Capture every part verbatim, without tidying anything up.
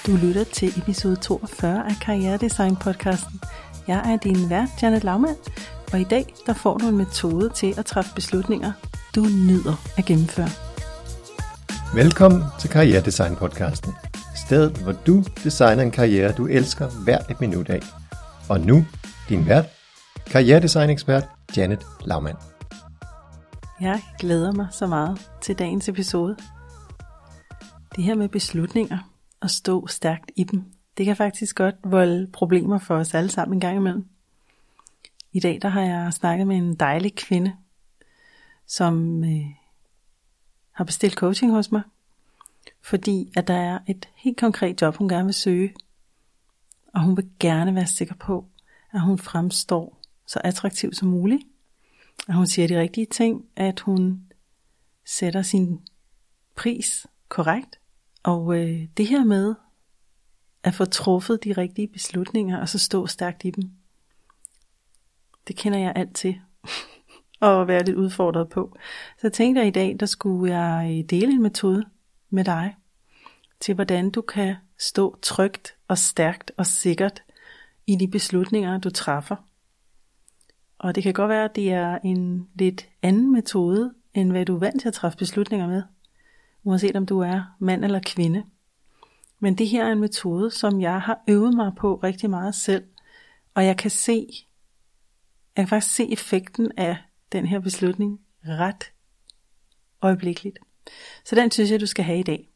Du lytter til episode toogfyrre af Karrieredesign podcasten. Jeg er din vært, Janet Laumann, og i dag der får du en metode til at træffe beslutninger, du nyder at gennemføre. Velkommen til Karrieredesign podcasten. Stedet, hvor du designer en karriere, du elsker hvert et minut af. Og nu, din vært, karrieredesign-ekspert Janet Laumann. Jeg glæder mig så meget til dagens episode. Det her med beslutninger og stå stærkt i dem, det kan faktisk godt volde problemer for os alle sammen en gang imellem. I dag der har jeg snakket med en dejlig kvinde, som øh, har bestilt coaching hos mig, fordi at der er et helt konkret job, hun gerne vil søge, og hun vil gerne være sikker på, at hun fremstår så attraktiv som muligt, at hun siger de rigtige ting, at hun sætter sin pris korrekt, og øh, det her med at få truffet de rigtige beslutninger, og så stå stærkt i dem, det kender jeg alt til, og være lidt udfordret på. Så jeg tænkte, at i dag, der skulle jeg dele en metode med dig, til hvordan du kan stå trygt og stærkt og sikkert i de beslutninger, du træffer. Og det kan godt være, at det er en lidt anden metode, end hvad du er vant til at træffe beslutninger med, uanset om du er mand eller kvinde. Men det her er en metode, som jeg har øvet mig på rigtig meget selv, og jeg kan se, jeg kan faktisk se effekten af den her beslutning ret øjeblikkeligt. Så den synes jeg, du skal have i dag.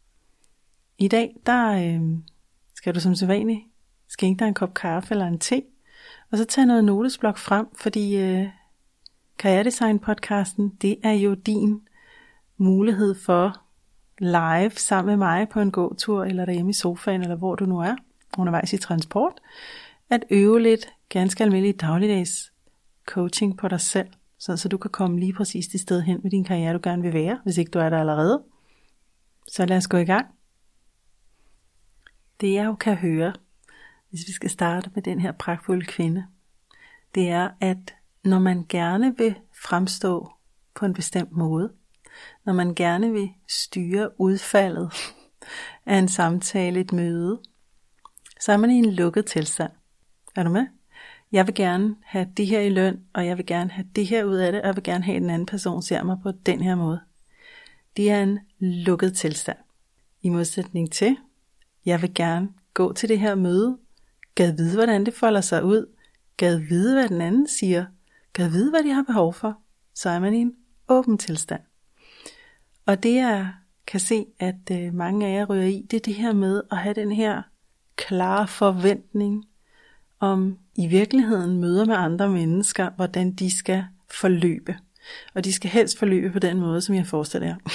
I dag, der øh, skal du som sædvanligt skænke dig en kop kaffe eller en te, og så tage noget notesblok frem, fordi øh, Karrieredesign podcasten, det er jo din mulighed for live sammen med mig på en gåtur, eller derhjemme i sofaen, eller hvor du nu er, undervejs i transport, at øve lidt ganske almindelig dagligdags coaching på dig selv, så du kan komme lige præcis det sted hen med din karriere, du gerne vil være, hvis ikke du er der allerede. Så lad os gå i gang. Det jeg jo kan høre, hvis vi skal starte med den her pragtfulde kvinde, det er, at når man gerne vil fremstå på en bestemt måde, når man gerne vil styre udfaldet af en samtale, et møde, så er man i en lukket tilstand. Er du med? Jeg vil gerne have det her i løn, og jeg vil gerne have det her ud af det, og jeg vil gerne have, at den anden person ser mig på den her måde. Det er en lukket tilstand. I modsætning til, jeg vil gerne gå til det her møde, gad vide, hvordan det folder sig ud, gad vide, hvad den anden siger, gad vide, hvad de har behov for, så er man i en åben tilstand. Og det jeg kan se, at øh, mange af jer ryger i, det er det her med at have den her klare forventning om i virkeligheden møder med andre mennesker, hvordan de skal forløbe. Og de skal helst forløbe på den måde, som jeg forestiller jer.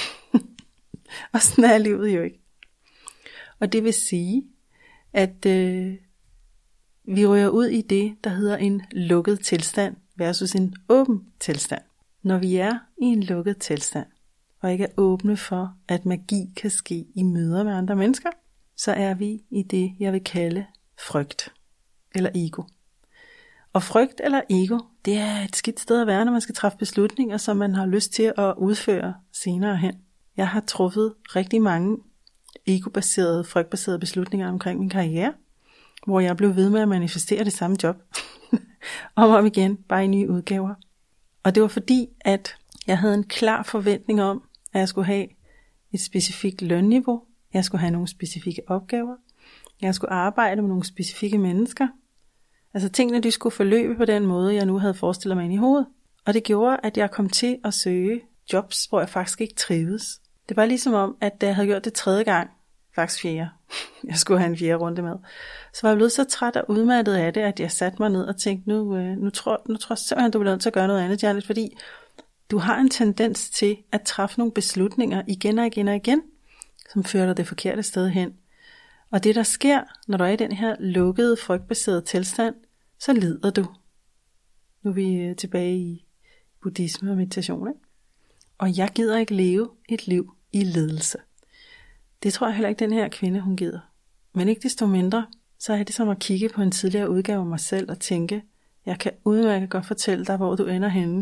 Og sådan er livet jo ikke. Og det vil sige, at øh, vi ryger ud i det, der hedder en lukket tilstand versus en åben tilstand. Når vi er i en lukket tilstand, og ikke er åbne for, at magi kan ske i møder med andre mennesker, så er vi i det, jeg vil kalde frygt eller ego. Og frygt eller ego, det er et skidt sted at være, når man skal træffe beslutninger, som man har lyst til at udføre senere hen. Jeg har truffet rigtig mange ego-baserede, frygtbaserede beslutninger omkring min karriere, hvor jeg blev ved med at manifestere det samme job, om og om igen, bare i nye udgaver. Og det var fordi, at jeg havde en klar forventning om, at jeg skulle have et specifikt lønniveau, jeg skulle have nogle specifikke opgaver, jeg skulle arbejde med nogle specifikke mennesker. Altså tingene, de skulle forløbe på den måde, jeg nu havde forestillet mig ind i hovedet. Og det gjorde, at jeg kom til at søge jobs, hvor jeg faktisk ikke trivedes. Det var ligesom om, at da jeg havde gjort det tredje gang, faktisk fjerde, jeg skulle have en fjerde runde med, så var jeg blevet så træt og udmattet af det, at jeg satte mig ned og tænkte, nu, nu, tror, nu tror jeg simpelthen, du bliver nødt til at gøre noget andet, Janet, fordi du har en tendens til at træffe nogle beslutninger igen og igen og igen, som fører dig det forkerte sted hen. Og det der sker, når du er i den her lukkede, frygtbaserede tilstand, så lider du. Nu er vi tilbage i buddhisme og meditation, ikke? Og jeg gider ikke leve et liv i lidelse. Det tror jeg heller ikke, den her kvinde, hun gider. Men ikke desto mindre, så er det som at kigge på en tidligere udgave af mig selv og tænke, jeg kan udmærket godt fortælle dig, hvor du ender henne.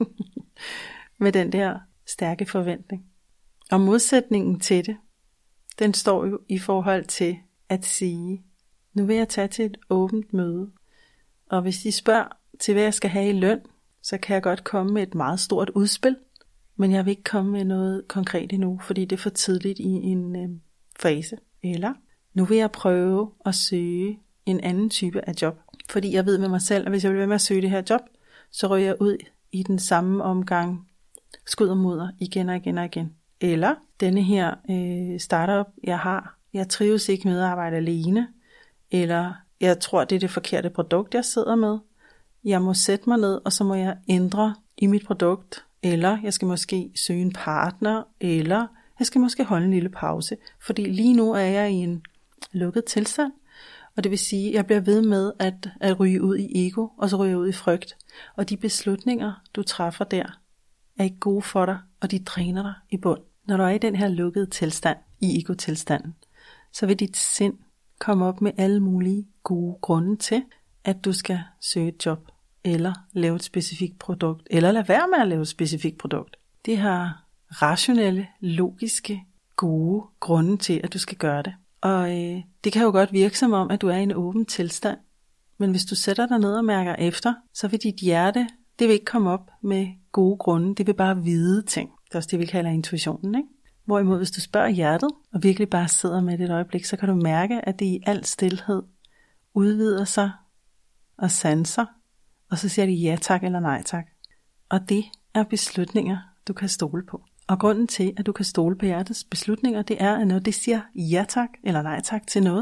Med den der stærke forventning. Og modsætningen til det, den står jo i forhold til at sige, nu vil jeg tage til et åbent møde, og hvis de spørger til, hvad jeg skal have i løn, så kan jeg godt komme med et meget stort udspil, men jeg vil ikke komme med noget konkret endnu, fordi det er for tidligt i en øh, fase. Eller, nu vil jeg prøve at søge en anden type af job, fordi jeg ved med mig selv, at hvis jeg vil være med at søge det her job, så ryger jeg ud i den samme omgang skud og mudder igen og igen og igen. Eller, denne her øh, startup, jeg har, jeg trives ikke med at arbejde alene, eller jeg tror, det er det forkerte produkt, jeg sidder med. Jeg må sætte mig ned, og så må jeg ændre i mit produkt, eller jeg skal måske søge en partner, eller jeg skal måske holde en lille pause, fordi lige nu er jeg i en lukket tilstand, og det vil sige, at jeg bliver ved med at, at ryge ud i ego, og så ryger jeg ud i frygt. Og de beslutninger, du træffer der, er ikke gode for dig, og de dræner dig i bund. Når du er i den her lukkede tilstand, i ego-tilstanden, så vil dit sind komme op med alle mulige gode grunde til, at du skal søge et job, eller lave et specifikt produkt, eller lade være med at lave et specifikt produkt. Det har rationelle, logiske, gode grunde til, at du skal gøre det. Og øh, det kan jo godt virke som om, at du er i en åben tilstand. Men hvis du sætter dig ned og mærker efter, så vil dit hjerte, det vil ikke komme op med gode grunde. Det vil bare vide ting. Det er også det, vi kalder intuitionen, ikke? Hvorimod, hvis du spørger hjertet, og virkelig bare sidder med det et øjeblik, så kan du mærke, at det i al stilhed udvider sig og sanser, og så siger de ja tak eller nej tak. Og det er beslutninger, du kan stole på. Og grunden til, at du kan stole på hjertets beslutninger, det er, at når det siger ja tak eller nej tak til noget,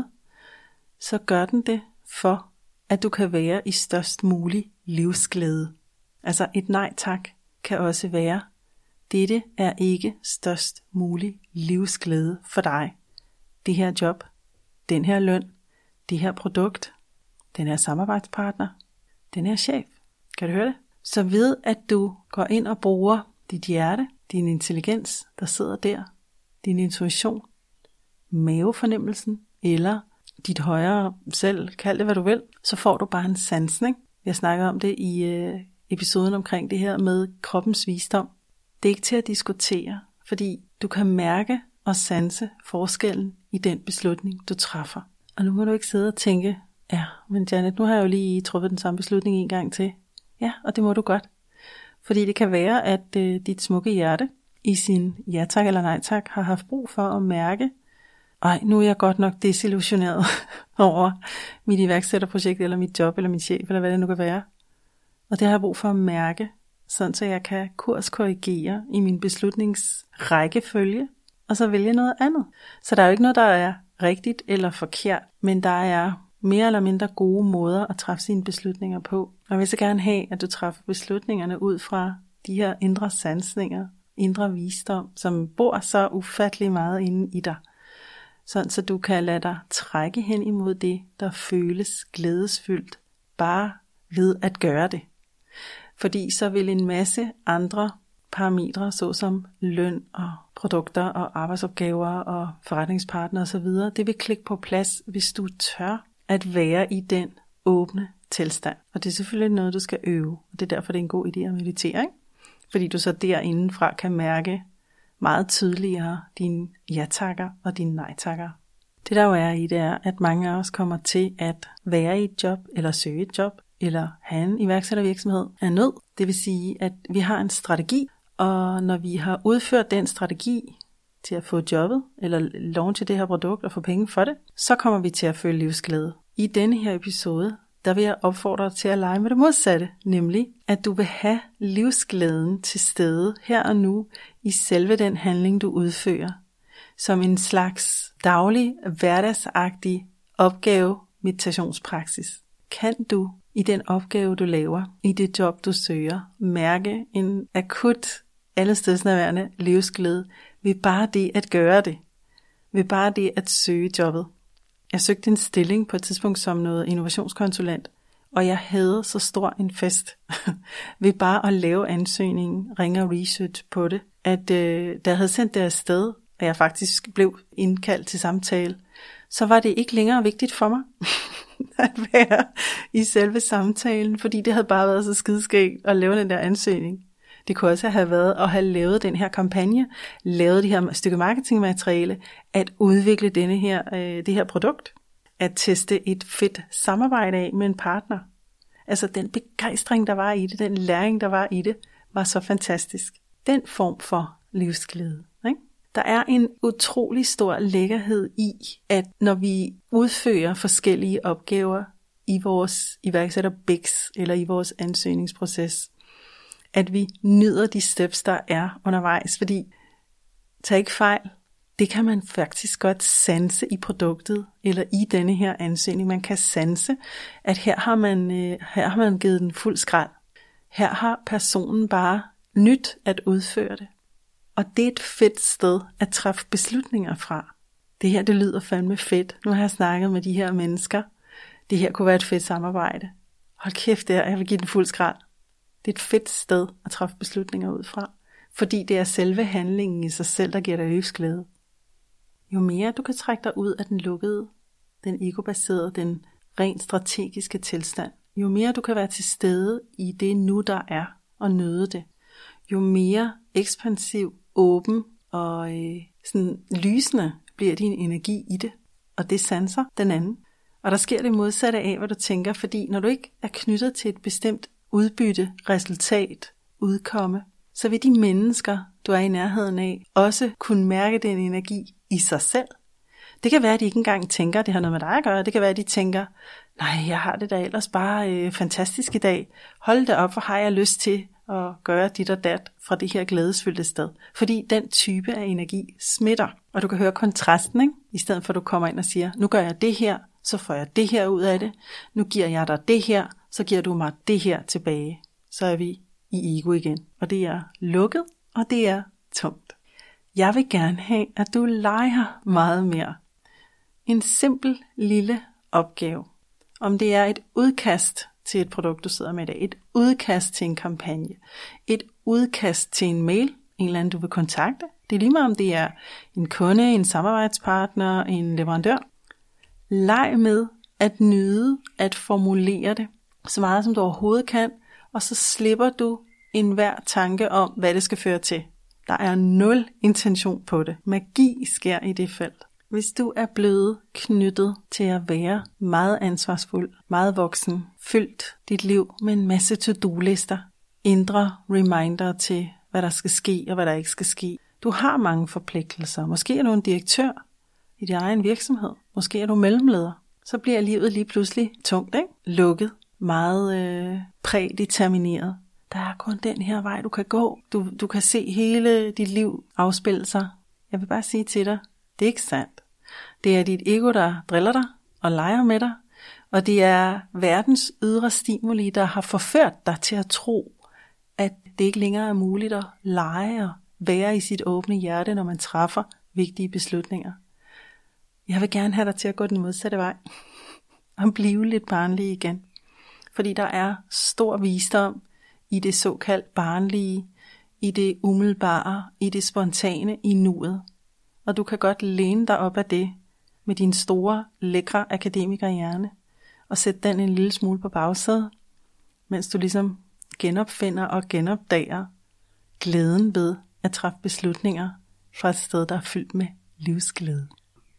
så gør den det for, at du kan være i størst mulig livsglæde. Altså et nej tak kan også være, dette er ikke størst mulig livsglæde for dig. Det her job, den her løn, det her produkt, den her samarbejdspartner, den her chef. Kan du høre det? Så ved at du går ind og bruger dit hjerte, din intelligens, der sidder der, din intuition, mavefornemmelsen, eller dit højere selv, kald det hvad du vil, så får du bare en sansning. Jeg snakker om det i øh, episoden omkring det her med kroppens visdom. Det er ikke til at diskutere, fordi du kan mærke og sanse forskellen i den beslutning, du træffer. Og nu må du ikke sidde og tænke, ja, men Janet, nu har jeg jo lige truffet den samme beslutning en gang til. Ja, og det må du godt. Fordi det kan være, at øh, dit smukke hjerte i sin ja tak eller nej tak har haft brug for at mærke, ej, nu er jeg godt nok desillusioneret over mit iværksætterprojekt, eller mit job, eller min chef, eller hvad det nu kan være. Og det har jeg brug for at mærke, sådan så jeg kan kurskorrigere i min beslutningsrækkefølge, og så vælge noget andet. Så der er jo ikke noget, der er rigtigt eller forkert, men der er mere eller mindre gode måder at træffe sine beslutninger på. Og jeg vil så gerne have, at du træffer beslutningerne ud fra de her indre sansninger, indre visdom, som bor så ufattelig meget inde i dig. Sådan så du kan lade dig trække hen imod det, der føles glædesfyldt, bare ved at gøre det. Fordi så vil en masse andre parametre, såsom løn og produkter og arbejdsopgaver og forretningspartner osv., det vil klikke på plads, hvis du tør at være i den åbne tilstand. Og det er selvfølgelig noget, du skal øve, og det er derfor, det er en god idé at meditere, ikke? Fordi du så derindefra kan mærke meget tydeligere dine ja-takker og dine nej-takker. Det der jo er i, det er, at mange af os kommer til at være i et job, eller søge et job, eller have en iværksættervirksomhed af nød. Det vil sige, at vi har en strategi, og når vi har udført den strategi til at få jobbet, eller launche det her produkt og få penge for det, så kommer vi til at føle livsglæde. I denne her episode, der vil jeg opfordre dig til at lege med det modsatte, nemlig at du vil have livsglæden til stede her og nu i selve den handling, du udfører, som en slags daglig, hverdagsagtig opgave meditationspraksis. Kan du i den opgave, du laver, i det job, du søger, mærke en akut, allestedsnærværende livsglæde ved bare det at gøre det, ved bare det at søge jobbet. Jeg søgte en stilling på et tidspunkt som noget innovationskonsulent, og jeg havde så stor en fest ved bare at lave ansøgningen, ringe og research på det, at øh, da jeg havde sendt det afsted, og jeg faktisk blev indkaldt til samtale, så var det ikke længere vigtigt for mig at være i selve samtalen, fordi det havde bare været så skideskægt at lave den der ansøgning. Det kunne også have været at have lavet den her kampagne, lavet det her stykke marketingmateriale, at udvikle denne her, øh, det her produkt. at teste et fedt samarbejde af med en partner. Altså den begejstring, der var i det, den læring, der var i det, var så fantastisk. Den form for livsglæde. Ikke? Der er en utrolig stor lækkerhed i, at når vi udfører forskellige opgaver i vores iværksætter B I X eller i vores ansøgningsproces, at vi nyder de steps, der er undervejs. Fordi, tag ikke fejl, det kan man faktisk godt sanse i produktet eller i denne her ansøgning. Man kan sanse, at her har man, øh, her har man givet den fuld skrald. Her har personen bare nyt at udføre det. Og det er et fedt sted at træffe beslutninger fra. Det her, det lyder fandme fedt. Nu har jeg snakket med de her mennesker. Det her kunne være et fedt samarbejde. Hold kæft, det her, jeg vil give den fuld skrald. Det er et fedt sted at træffe beslutninger ud fra. Fordi det er selve handlingen i sig selv, der giver dig livsglæde. Jo mere du kan trække dig ud af den lukkede, den egobaserede, den rent strategiske tilstand, jo mere du kan være til stede i det nu, der er, og nyde det, jo mere ekspansiv, åben og øh, sådan lysende bliver din energi i det, og det sanser den anden. Og der sker det modsatte af, hvad du tænker, fordi når du ikke er knyttet til et bestemt udbytte, resultat, udkomme, så vil de mennesker, du er i nærheden af, også kunne mærke den energi i sig selv. Det kan være, at de ikke engang tænker, at det har noget med dig at gøre. Det kan være, at de tænker, nej, jeg har det da ellers bare øh, fantastisk i dag. Hold da op, hvor har jeg lyst til at gøre dit og dat fra det her glædesfyldte sted. Fordi den type af energi smitter. Og du kan høre kontrasten, ikke? I stedet for at du kommer ind og siger, nu gør jeg det her, så får jeg det her ud af det. Nu giver jeg dig det her, så giver du mig det her tilbage. Så er vi i ego igen. Og det er lukket, og det er tungt. Jeg vil gerne have, at du leger meget mere. En simpel lille opgave. Om det er et udkast til et produkt, du sidder med i dag, et udkast til en kampagne, et udkast til en mail, en eller anden du vil kontakte. Det er lige meget om det er en kunde, en samarbejdspartner, en leverandør. Leg med at nyde at formulere det så meget som du overhovedet kan, og så slipper du enhver tanke om, hvad det skal føre til. Der er nul intention på det. Magi sker i det felt. Hvis du er blevet knyttet til at være meget ansvarsfuld, meget voksen, fyldt dit liv med en masse to-do-lister, indre reminder til, hvad der skal ske og hvad der ikke skal ske. Du har mange forpligtelser. Måske er du en direktør i din egen virksomhed. Måske er du mellemleder. Så bliver livet lige pludselig tungt, ikke? Lukket. Meget øh, prædetermineret. Der er kun den her vej, du kan gå. Du, du kan se hele dit liv afspille sig. Jeg vil bare sige til dig, det er ikke sandt. Det er dit ego, der driller dig og leger med dig. Og det er verdens ydre stimuli, der har forført dig til at tro, at det ikke længere er muligt at lege og være i sit åbne hjerte, når man træffer vigtige beslutninger. Jeg vil gerne have dig til at gå den modsatte vej og blive lidt barnlig igen. Fordi der er stor visdom i det såkaldt barnlige, i det umiddelbare, i det spontane, i nuet. Og du kan godt læne dig op af det med din store, lækre akademikerhjerne og sætte den en lille smule på bagsædet, mens du ligesom genopfinder og genopdager glæden ved at træffe beslutninger fra et sted, der er fyldt med livsglæde.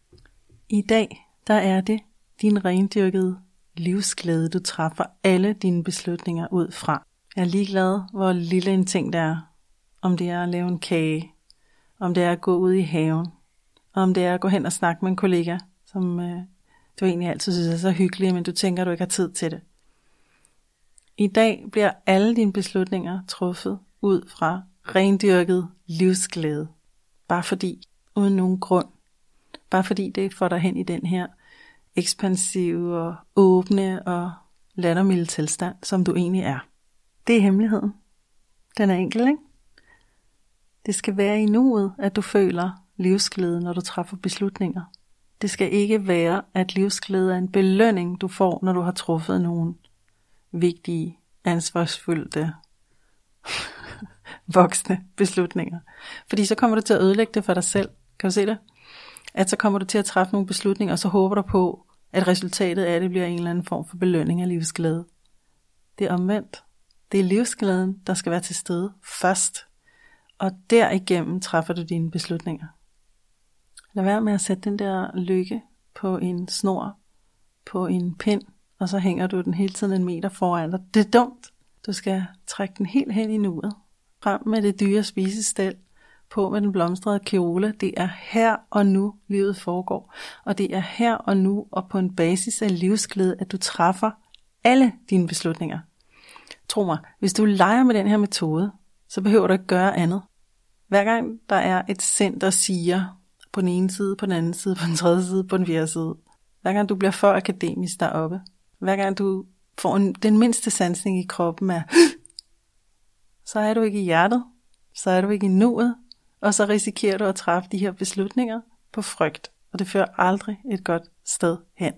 I dag, der er det din rendyrkede livsglæde, du træffer alle dine beslutninger ud fra. Jeg er ligeglad, hvor lille en ting det er. Om det er at lave en kage, om det er at gå ud i haven, om det er at gå hen og snakke med en kollega, som øh, du egentlig altid synes er så hyggelig, men du tænker, du ikke har tid til det. I dag bliver alle dine beslutninger truffet ud fra rendyrket livsglæde. Bare fordi, uden nogen grund. Bare fordi det får dig hen i den her ekspansive og åbne og lattermilde tilstand, som du egentlig er. Det er hemmeligheden. Den er enkel, ikke? Det skal være i nuet, at du føler livsglæde, når du træffer beslutninger. Det skal ikke være, at livsglæde er en belønning, du får, når du har truffet nogle vigtige, ansvarsfulde, voksne beslutninger. Fordi så kommer du til at ødelægge det for dig selv. Kan du se det? At så kommer du til at træffe nogle beslutninger, og så håber du på, at resultatet af det bliver en eller anden form for belønning af livsglæde. Det er omvendt. Det er livsglæden, der skal være til stede først. Og derigennem træffer du dine beslutninger. Lad være med at sætte den der lykke på en snor på en pind, og så hænger du den hele tiden en meter foran dig. Det er dumt. Du skal trække den helt hen i nuet. Frem med det dyre spisestel. På med den blomstrede kjole. Det er her og nu, livet foregår. Og det er her og nu, og på en basis af livsglæde, at du træffer alle dine beslutninger. Tro mig, hvis du leger med den her metode, så behøver du ikke gøre andet. Hver gang der er et sind, der siger på den ene side, på den anden side, på den tredje side, på den fjerde side. Hver gang du bliver for akademisk deroppe. Hver gang du får en, den mindste sansning i kroppen er, så er du ikke i hjertet, så er du ikke i nuet, og så risikerer du at træffe de her beslutninger på frygt, og det fører aldrig et godt sted hen.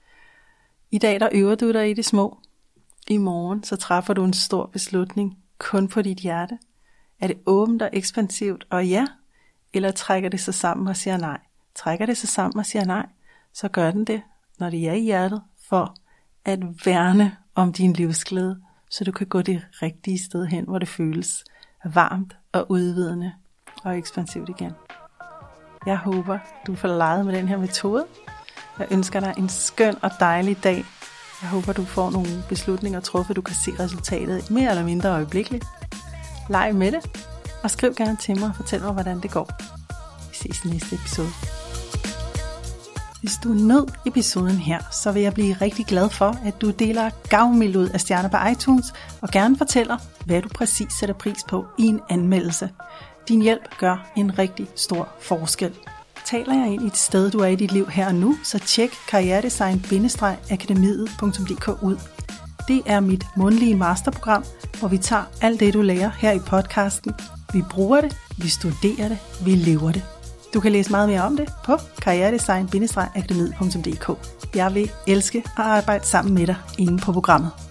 I dag der øver du dig i det små. I morgen så træffer du en stor beslutning kun på dit hjerte. Er det åbent og ekspansivt og ja, eller trækker det sig sammen og siger nej? Trækker det sig sammen og siger nej, så gør den det, når det er i hjertet, for at værne om din livsglæde, så du kan gå det rigtige sted hen, hvor det føles varmt og udvidende og ekspansivt igen. Jeg håber, du får leget med den her metode. Jeg ønsker dig en skøn og dejlig dag. Jeg håber, du får nogle beslutninger truffet, du kan se resultatet mere eller mindre øjeblikkeligt. Leg med det, og skriv gerne til mig og fortæl mig, hvordan det går. Vi ses i næste episode. Hvis du nød episoden her, så vil jeg blive rigtig glad for, at du deler gavmild ud af stjerner på iTunes, og gerne fortæller, hvad du præcis sætter pris på i en anmeldelse. Din hjælp gør en rigtig stor forskel. Taler jeg ind i et sted, du er i dit liv her og nu, så tjek karrieredesign bindestreg akademiet punktum d k ud. Det er mit mundlige masterprogram, hvor vi tager alt det, du lærer her i podcasten. Vi bruger det, vi studerer det, vi lever det. Du kan læse meget mere om det på karrieredesign bindestreg akademiet punktum d k. Jeg vil elske at arbejde sammen med dig inde på programmet.